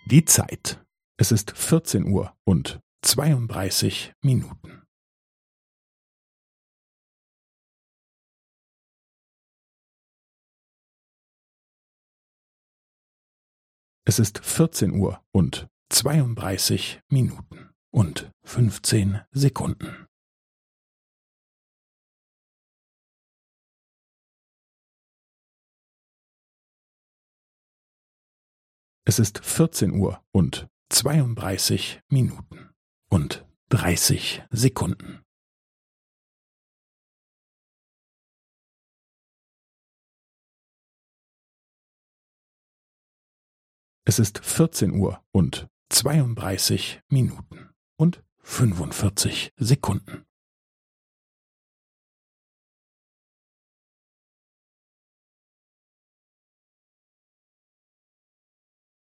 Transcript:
Die Zeit. Es ist 14 Uhr und 32 Minuten. Es ist 14 Uhr und 32 Minuten und 15 Sekunden. Es ist 14 Uhr und 32 Minuten und 30 Sekunden. Es ist 14 Uhr und 32 Minuten und 45 Sekunden.